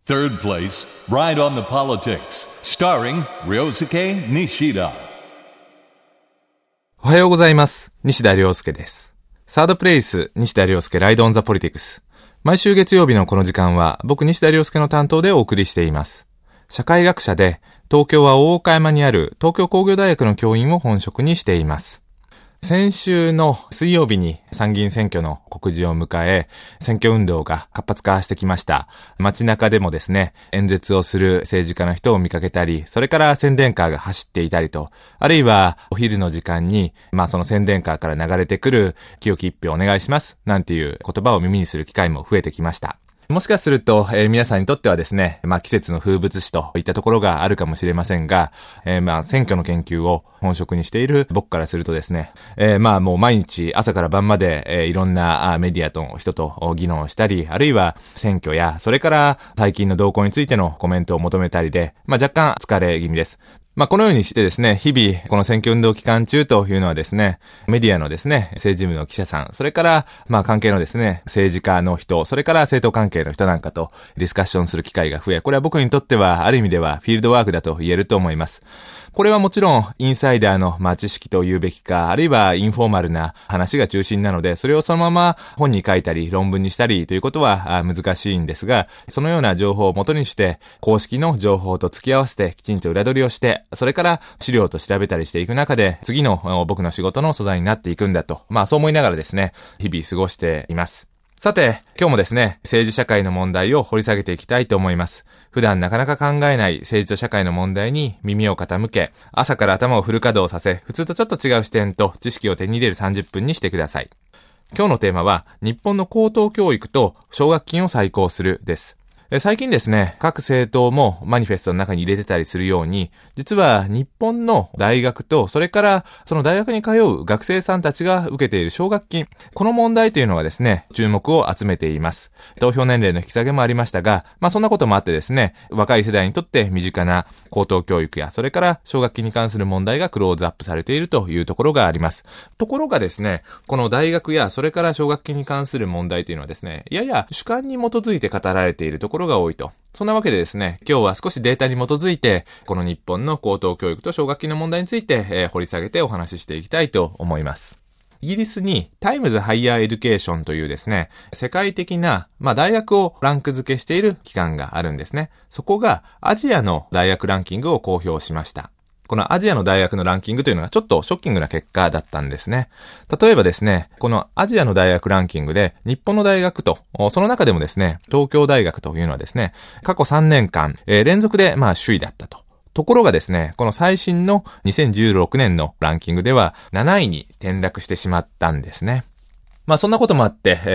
Third place, Ride on the Politics, starring Ryosuke Nishida. おはようございます。西田亮介です。サードプレイス、西田亮介ライドオンザポリティクス。毎週月曜日のこの時間は僕西田亮介の担当でお送りしています。社会学者で東京は大岡山にある東京工業大学の教員を本職にしています。先週の水曜日に参議院選挙の告示を迎え、選挙運動が活発化してきました。街中でもですね、演説をする政治家の人を見かけたり、それから宣伝カーが走っていたりと、あるいはお昼の時間に、その宣伝カーから流れてくる清き一票お願いします、なんていう言葉を耳にする機会も増えてきました。もしかすると、皆さんにとってはですね、季節の風物詩といったところがあるかもしれませんが、選挙の研究を本職にしている僕からするとですね、もう毎日朝から晩まで、いろんなメディアの人と議論をしたり、あるいは選挙や、それから最近の動向についてのコメントを求めたりで、若干疲れ気味です。このようにしてですね、日々この選挙運動期間中というのはですね、メディアのですね、政治部の記者さん、それから関係のですね、政治家の人、それから政党関係の人なんかとディスカッションする機会が増え、これは僕にとってはある意味ではフィールドワークだと言えると思います。これはもちろんインサイダーの知識と言うべきか、あるいはインフォーマルな話が中心なので、それをそのまま本に書いたり論文にしたりということは難しいんですが、そのような情報を元にして公式の情報と付き合わせてきちんと裏取りをして、それから資料と調べたりしていく中で次の僕の仕事の素材になっていくんだと、そう思いながらですね、日々過ごしています。さて、今日もですね、政治社会の問題を掘り下げていきたいと思います。普段なかなか考えない政治と社会の問題に耳を傾け、朝から頭をフル稼働させ、普通とちょっと違う視点と知識を手に入れる30分にしてください。今日のテーマは、日本の高等教育と奨学金を再考するです。最近ですね、各政党もマニフェストの中に入れてたりするように、実は日本の大学と、それからその大学に通う学生さんたちが受けている奨学金、この問題というのがですね、注目を集めています。投票年齢の引き下げもありましたが、そんなこともあってですね、若い世代にとって身近な高等教育や、それから奨学金に関する問題がクローズアップされているというところがあります。ところがですね、この大学や、それから奨学金に関する問題というのはですね、やや主観に基づいて語られているところが多いと。そんなわけでですね、今日は少しデータに基づいて、この日本の高等教育と奨学金の問題について、掘り下げてお話ししていきたいと思います。イギリスにタイムズハイヤーエデュケーションというですね、世界的な、大学をランク付けしている機関があるんですね。そこがアジアの大学ランキングを公表しました。このアジアの大学のランキングというのがちょっとショッキングな結果だったんですね。例えばですね、このアジアの大学ランキングで日本の大学と、その中でもですね、東京大学というのはですね、過去3年間、連続で首位だったと。ところがですね、この最新の2016年のランキングでは7位に転落してしまったんですね。そんなこともあって、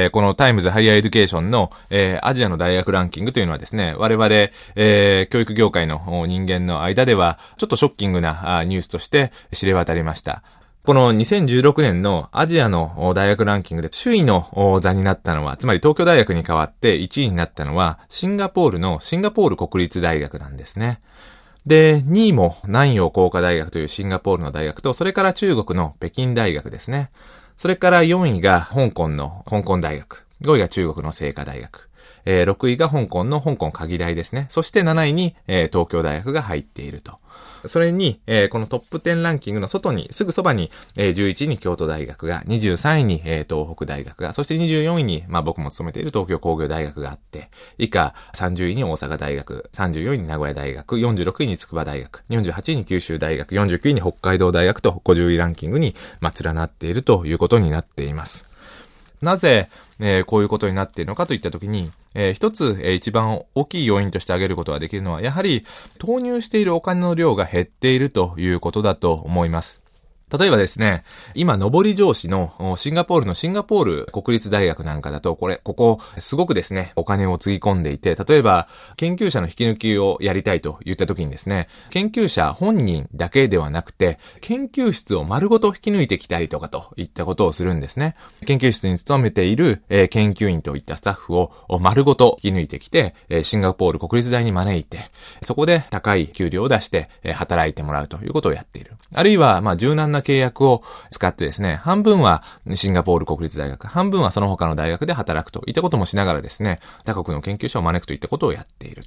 このタイムズハイヤーエデュケーションの、アジアの大学ランキングというのはですね、我々、教育業界の人間の間では、ちょっとショッキングなニュースとして知れ渡りました。この2016年のアジアの大学ランキングで首位の座になったのは、つまり東京大学に代わって1位になったのは、シンガポール国立大学なんですね。で、2位も南洋工科大学というシンガポールの大学と、それから中国の北京大学ですね。それから4位が香港大学。5位が中国の清華大学。6位が香港の香港科技大ですね。そして7位に、東京大学が入っていると。それに、このトップ10ランキングの外に、すぐそばに、11位に京都大学が、23位に、東北大学が、そして24位に、僕も勤めている東京工業大学があって、以下30位に大阪大学、34位に名古屋大学、46位に筑波大学、48位に九州大学、49位に北海道大学と50位ランキングに、連なっているということになっています。なぜ、こういうことになっているのかといったときに、一つ、一番大きい要因として挙げることができるのは、やはり投入しているお金の量が減っているということだと思います。例えばですね、今、上り調子のシンガポール国立大学なんかだと、ここ、すごくですね、お金をつぎ込んでいて、例えば、研究者の引き抜きをやりたいと言った時にですね、研究者本人だけではなくて、研究室を丸ごと引き抜いてきたりとかといったことをするんですね。研究室に勤めている研究員といったスタッフを丸ごと引き抜いてきて、シンガポール国立大に招いて、そこで高い給料を出して働いてもらうということをやっている。あるいは、柔軟な契約を使ってですね、半分はシンガポール国立大学、半分はその他の大学で働くといったこともしながらですね、他国の研究者を招くといったことをやっていると。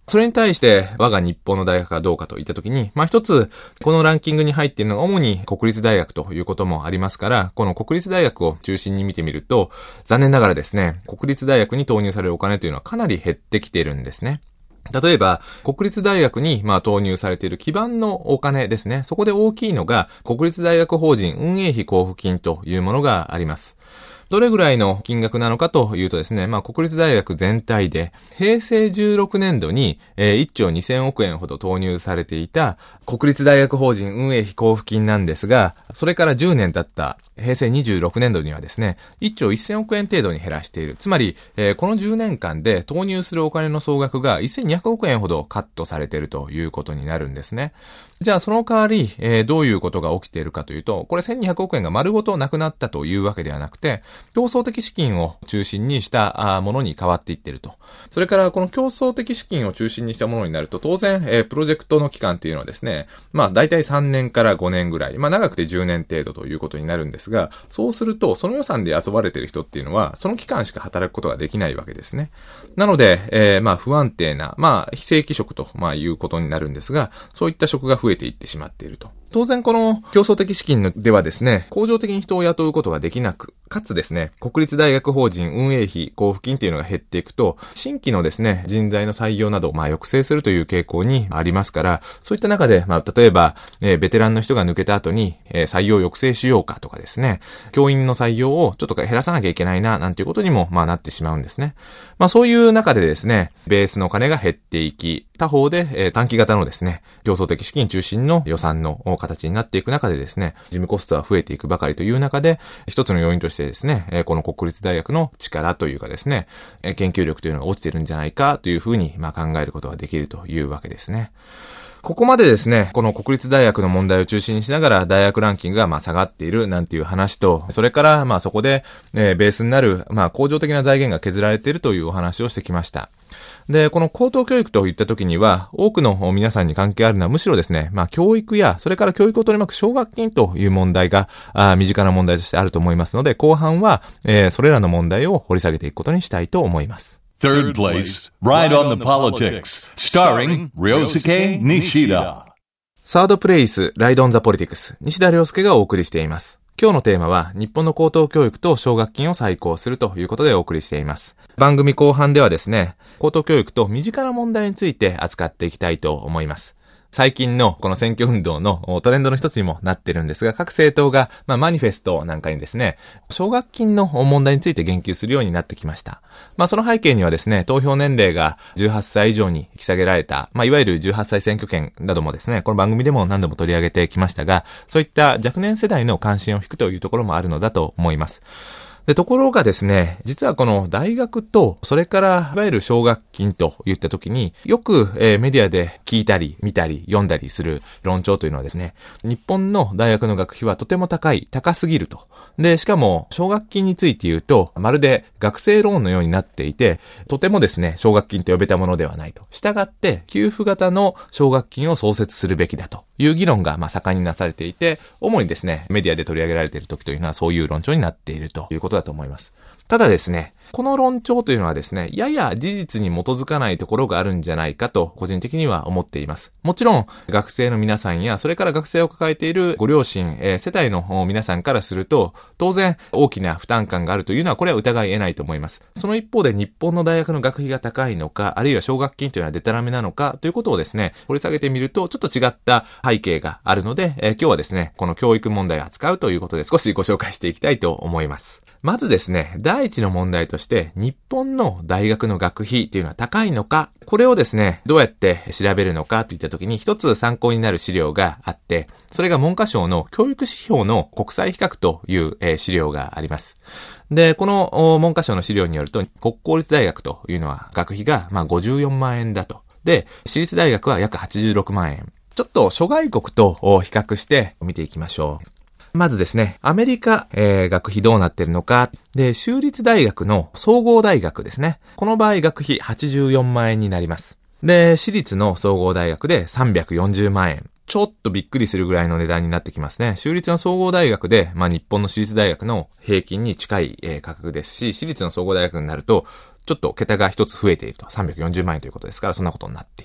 それに対して我が日本の大学がどうかといったときに、一つこのランキングに入っているのが主に国立大学ということもありますから、この国立大学を中心に見てみると、残念ながらですね、国立大学に投入されるお金というのはかなり減ってきているんですね。例えば、国立大学に投入されている基盤のお金ですね。そこで大きいのが国立大学法人運営費交付金というものがあります。どれぐらいの金額なのかというとですね、国立大学全体で平成16年度に1兆2000億円ほど投入されていた国立大学法人運営費交付金なんですが、それから10年経った平成26年度にはですね、1兆1000億円程度に減らしている。つまり、この10年間で投入するお金の総額が1200億円ほどカットされているということになるんですね。じゃあその代わり、どういうことが起きているかというと、これ1200億円が丸ごとなくなったというわけではなくて、競争的資金を中心にしたものに変わっていっていると。それからこの競争的資金を中心にしたものになると、当然、プロジェクトの期間というのはですね、だいたい3年から5年ぐらい、長くて10年程度ということになるんですが、そうすると、その予算で遊ばれている人っていうのは、その期間しか働くことができないわけですね。なので、不安定な、非正規職と、いうことになるんですが、そういった職が増えていってしまっていると。当然この競争的資金ではですね、恒常的に人を雇うことができなく、かつですね、国立大学法人運営費交付金というのが減っていくと、新規のですね、人材の採用などを抑制するという傾向にありますから、そういった中で、例えば、ベテランの人が抜けた後に、採用を抑制しようかとかですね、教員の採用をちょっと減らさなきゃいけないな、なんていうことにも、なってしまうんですね。そういう中でですね、ベースの金が減っていき、他方で、短期型のですね、競争的資金中心の予算の形になっていく中でですね、事務コストは増えていくばかりという中で、一つの要因としてですね、この国立大学の力というかですね、研究力というのが落ちてるんじゃないかというふうに、考えることができるというわけですね。ここまでですね、この国立大学の問題を中心にしながら大学ランキングが下がっているなんていう話と、それからそこで、ベースになる恒常的な財源が削られているというお話をしてきました。で、この高等教育といった時には、多くの皆さんに関係あるのはむしろですね、教育や、それから教育を取り巻く奨学金という問題が、身近な問題としてあると思いますので、後半は、それらの問題を掘り下げていくことにしたいと思います。 Third place, Ride on the Politics, starring Ryosuke Nishida. サードプレイス、ライドオンザポリティクス、西田亮介がお送りしています。今日のテーマは、日本の高等教育と奨学金を再考するということでお送りしています。番組後半ではですね、高等教育と身近な問題について扱っていきたいと思います。最近のこの選挙運動のトレンドの一つにもなってるんですが、各政党がマニフェストなんかにですね、奨学金の問題について言及するようになってきました。その背景にはですね、投票年齢が18歳以上に引き下げられた、いわゆる18歳選挙権などもですね、この番組でも何度も取り上げてきましたが、そういった若年世代の関心を引くというところもあるのだと思います。で、ところがですね、実はこの大学と、それからいわゆる奨学金といったときに、よく、メディアで聞いたり、見たり、読んだりする論調というのはですね、日本の大学の学費はとても高すぎると。で、しかも、奨学金について言うと、まるで学生ローンのようになっていて、とてもですね、奨学金と呼べたものではないと。したがって、給付型の奨学金を創設するべきだという議論が盛んになされていて、主にですね、メディアで取り上げられている時というのはそういう論調になっているということだと思います。ただですね、この論調というのはですね、やや事実に基づかないところがあるんじゃないかと個人的には思っています。もちろん学生の皆さんや、それから学生を抱えているご両親、世帯の皆さんからすると、当然大きな負担感があるというのはこれは疑い得ないと思います。その一方で日本の大学の学費が高いのか、あるいは奨学金というのはデタラメなのかということをですね、掘り下げてみるとちょっと違った背景があるので、今日はですね、この教育問題を扱うということで少しご紹介していきたいと思います。まずですね、第一の問題として、日本の大学の学費というのは高いのか、これをですね、どうやって調べるのかといったときに一つ参考になる資料があって、それが文科省の教育指標の国際比較という資料があります。で、この文科省の資料によると、国公立大学というのは学費が54万円だと。で、私立大学は約86万円。ちょっと諸外国と比較して見ていきましょう。まずですね、アメリカ、学費どうなってるのか。で、州立大学の総合大学ですね。この場合学費84万円になります。で、私立の総合大学で340万円。ちょっとびっくりするぐらいの値段になってきますね。州立の総合大学で、日本の私立大学の平均に近い、価格ですし、私立の総合大学になると、ちょっと桁が一つ増えていると。340万円ということですから、そんなことになっている。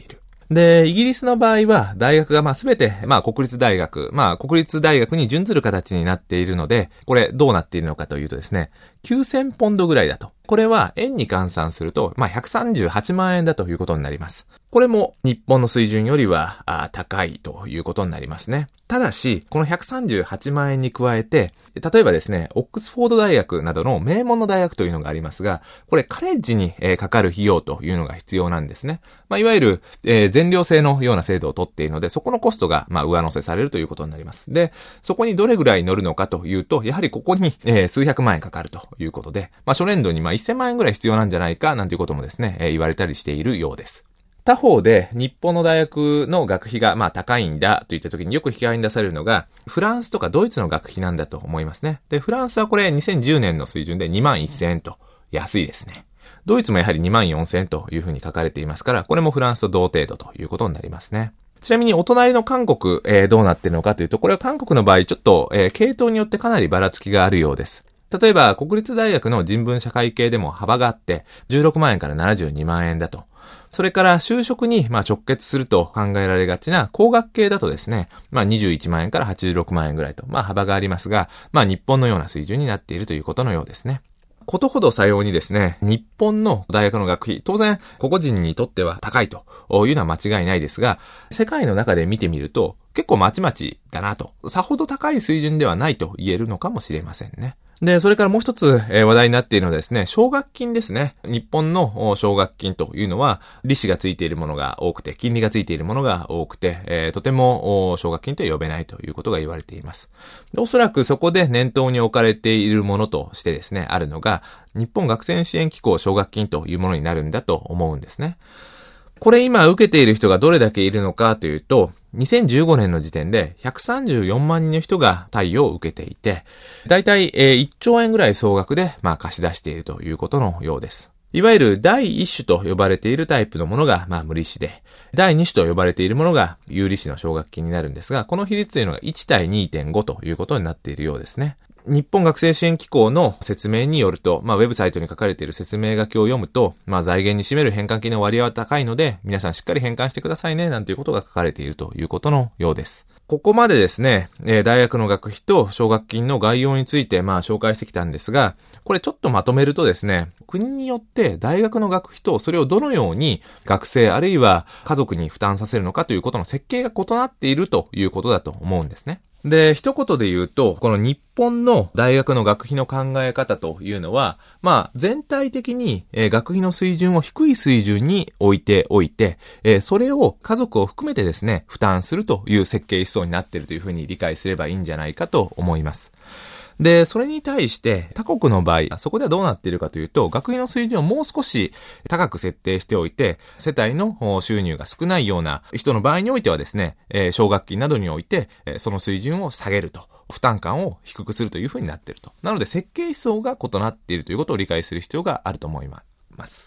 で、イギリスの場合は、大学がすべて、国立大学、国立大学に準ずる形になっているので、これどうなっているのかというとですね、9000ポンドぐらいだと。これは円に換算すると、138万円だということになります。これも日本の水準よりは高いということになりますね。ただし、この138万円に加えて、例えばですね、オックスフォード大学などの名門の大学というのがありますが、これカレッジにかかる費用というのが必要なんですね。いわゆる全寮制のような制度を取っているので、そこのコストが上乗せされるということになります。で、そこにどれぐらい乗るのかというと、やはりここに数百万円かかるということで、初年度に1000万円ぐらい必要なんじゃないかなんていうこともですね、言われたりしているようです。他方で、日本の大学の学費が高いんだといった時によく引き合いに出されるのが、フランスとかドイツの学費なんだと思いますね。で、フランスはこれ2010年の水準で21,000円と安いですね。ドイツもやはり24,000円というふうに書かれていますから、これもフランスと同程度ということになりますね。ちなみにお隣の韓国、どうなっているのかというと、これは韓国の場合ちょっと、系統によってかなりばらつきがあるようです。例えば、国立大学の人文社会系でも幅があって、16万円から72万円だと。それから就職に直結すると考えられがちな工学系だとですね、21万円から86万円ぐらいと、幅がありますが、日本のような水準になっているということのようですね。ことほどさようにですね、日本の大学の学費、当然個々人にとっては高いというのは間違いないですが、世界の中で見てみると結構まちまちだなと、さほど高い水準ではないと言えるのかもしれませんね。で、それからもう一つ、話題になっているのはですね、奨学金ですね。日本の奨学金というのは、利子がついているものが多くて、金利がついているものが多くて、とても奨学金とは呼べないということが言われています。おそらくそこで念頭に置かれているものとしてですね、あるのが、日本学生支援機構奨学金というものになるんだと思うんですね。これ今受けている人がどれだけいるのかというと、2015年の時点で134万人の人が貸与を受けていて、だいたい1兆円ぐらい総額で貸し出しているということのようです。いわゆる第1種と呼ばれているタイプのものが無利子で、第2種と呼ばれているものが有利子の奨学金になるんですが、この比率というのが1対 2.5 ということになっているようですね。日本学生支援機構の説明によると、ウェブサイトに書かれている説明書きを読むと、財源に占める返還金の割合は高いので、皆さんしっかり返還してくださいね、なんていうことが書かれているということのようです。ここまでですね、大学の学費と奨学金の概要について紹介してきたんですが、これちょっとまとめるとですね、国によって大学の学費とそれをどのように学生あるいは家族に負担させるのかということの設計が異なっているということだと思うんですね。で、一言で言うと、この日本の大学の学費の考え方というのは、全体的に学費の水準を低い水準に置いておいて、それを家族を含めてですね、負担するという設計思想になっているというふうに理解すればいいんじゃないかと思います。で、それに対して他国の場合、そこではどうなっているかというと、学費の水準をもう少し高く設定しておいて、世帯の収入が少ないような人の場合においてはですね、奨学金などにおいて、その水準を下げると、負担感を低くするというふうになっていると。なので設計思想が異なっているということを理解する必要があると思います。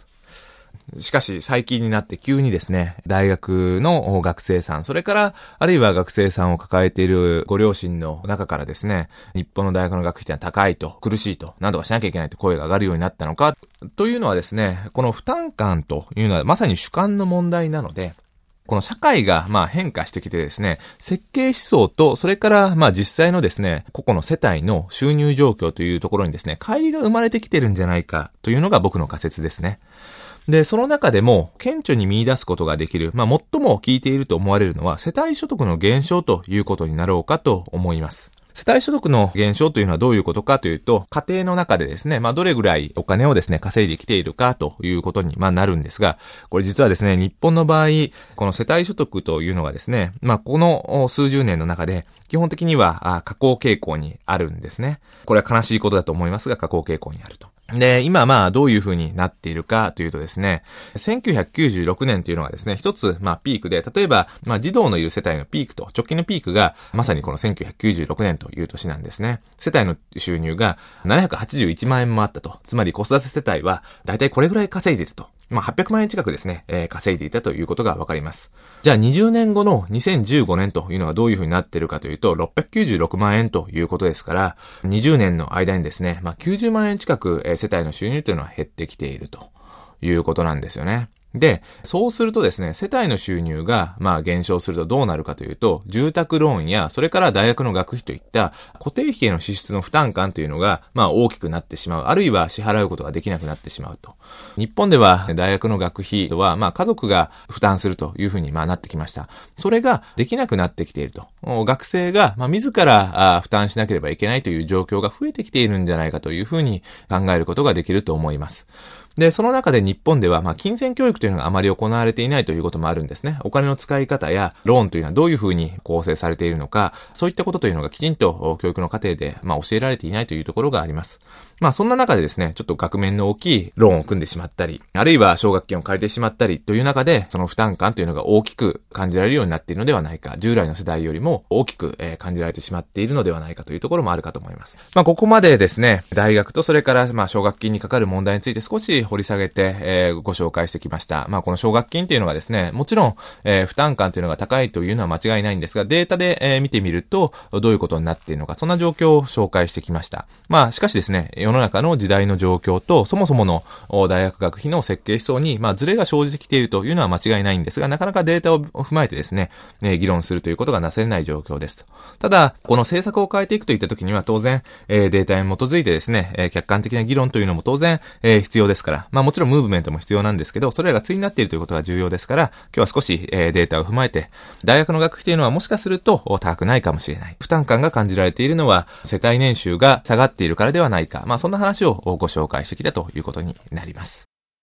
しかし最近になって急にですね、大学の学生さん、それからあるいは学生さんを抱えているご両親の中からですね、日本の大学の学費ってのは高いと、苦しいと、何とかしなきゃいけないと声が上がるようになったのかというのはですね、この負担感というのはまさに主観の問題なので、この社会が変化してきてですね、設計思想とそれから実際のですね、個々の世帯の収入状況というところにですね、乖離が生まれてきてるんじゃないかというのが僕の仮説ですね。で、その中でも、顕著に見出すことができる、最も効いていると思われるのは、世帯所得の減少ということになろうかと思います。世帯所得の減少というのはどういうことかというと、家庭の中でですね、どれぐらいお金をですね、稼いできているかということになるんですが、これ実はですね、日本の場合、この世帯所得というのがですね、この数十年の中で、基本的には下降傾向にあるんですね。これは悲しいことだと思いますが、下降傾向にあると。で、今どういう風になっているかというとですね、1996年というのがですね、一つピークで、例えば児童のいる世帯のピークと直近のピークがまさにこの1996年という年なんですね。世帯の収入が781万円もあったと。つまり子育て世帯はだいたいこれぐらい稼いでいると。800万円近くですね、稼いでいたということがわかります。じゃあ20年後の2015年というのがどういう風になっているかというと、696万円ということですから、20年の間にですね、90万円近く世帯の収入というのは減ってきているということなんですよね。 で、そうするとですね、世帯の収入が、減少するとどうなるかというと、住宅ローンや、それから大学の学費といった固定費への支出の負担感というのが、大きくなってしまう。あるいは支払うことができなくなってしまうと。日本では、大学の学費は、家族が負担するというふうに、なってきました。それができなくなってきていると。学生が、自ら負担しなければいけないという状況が増えてきているんじゃないかというふうに考えることができると思います。で、その中で日本では、金銭教育というのがあまり行われていないということもあるんですね。お金の使い方やローンというのはどういうふうに構成されているのか、そういったことというのがきちんと教育の過程で、教えられていないというところがあります。そんな中でですね、ちょっと額面の大きいローンを組んでしまったり、あるいは奨学金を借りてしまったりという中で、その負担感というのが大きく感じられるようになっているのではないか、従来の世代よりも大きく感じられてしまっているのではないかというところもあるかと思います。ここまでですね、大学とそれから奨学金にかかる問題について少し掘り下げて、ご紹介してきました。この奨学金というのがですね、もちろん、負担感というのが高いというのは間違いないんですが、データで、見てみると、どういうことになっているのか、そんな状況を紹介してきました。しかしですね、世の中の時代の状況と、そもそもの大学学費の設計思想に、ズレが生じてきているというのは間違いないんですが、なかなかデータを踏まえてですね、議論するということがなされない状況です。ただ、この政策を変えていくといったときには、当然、データに基づいてですね、客観的な議論というのも当然、必要ですから、もちろんムーブメントも必要なんですけど、それらが対になっているということが重要ですから、今日は少し、データを踏まえて、大学の学費というのはもしかすると高くないかもしれない。負担感が感じられているのは、世帯年収が下がっているからではないか。そんな話をご紹介してきたということになります。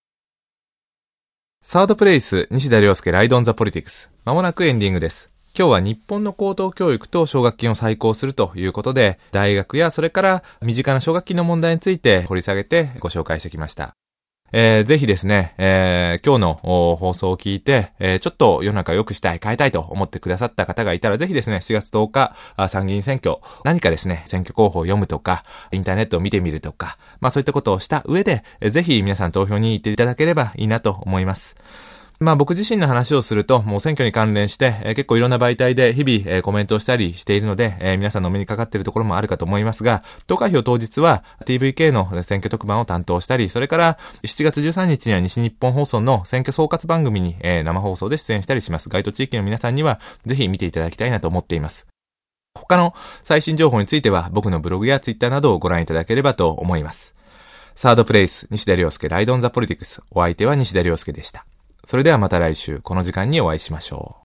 サードプレイス、西田亮介ライドオンザポリティクス。まもなくエンディングです。今日は日本の高等教育と奨学金を再考するということで、大学やそれから身近な奨学金の問題について掘り下げてご紹介してきました。ぜひですね、今日の放送を聞いて、ちょっと世の中良くしたい、変えたいと思ってくださった方がいたら、ぜひですね、4月10日、参議院選挙、何かですね、選挙候補を読むとか、インターネットを見てみるとか、そういったことをした上で、ぜひ皆さん投票に行っていただければいいなと思います。僕自身の話をすると、もう選挙に関連して、結構いろんな媒体で日々、コメントをしたりしているので、皆さんのお目にかかっているところもあるかと思いますが、投開票当日は TVK の選挙特番を担当したり、それから7月13日には西日本放送の選挙総括番組に、生放送で出演したりします。該当地域の皆さんには、ぜひ見ていただきたいなと思っています。他の最新情報については、僕のブログやツイッターなどをご覧いただければと思います。サードプレイス、西田亮介ライドオンザポリティクス。お相手は西田亮介でした。それではまた来週この時間にお会いしましょう。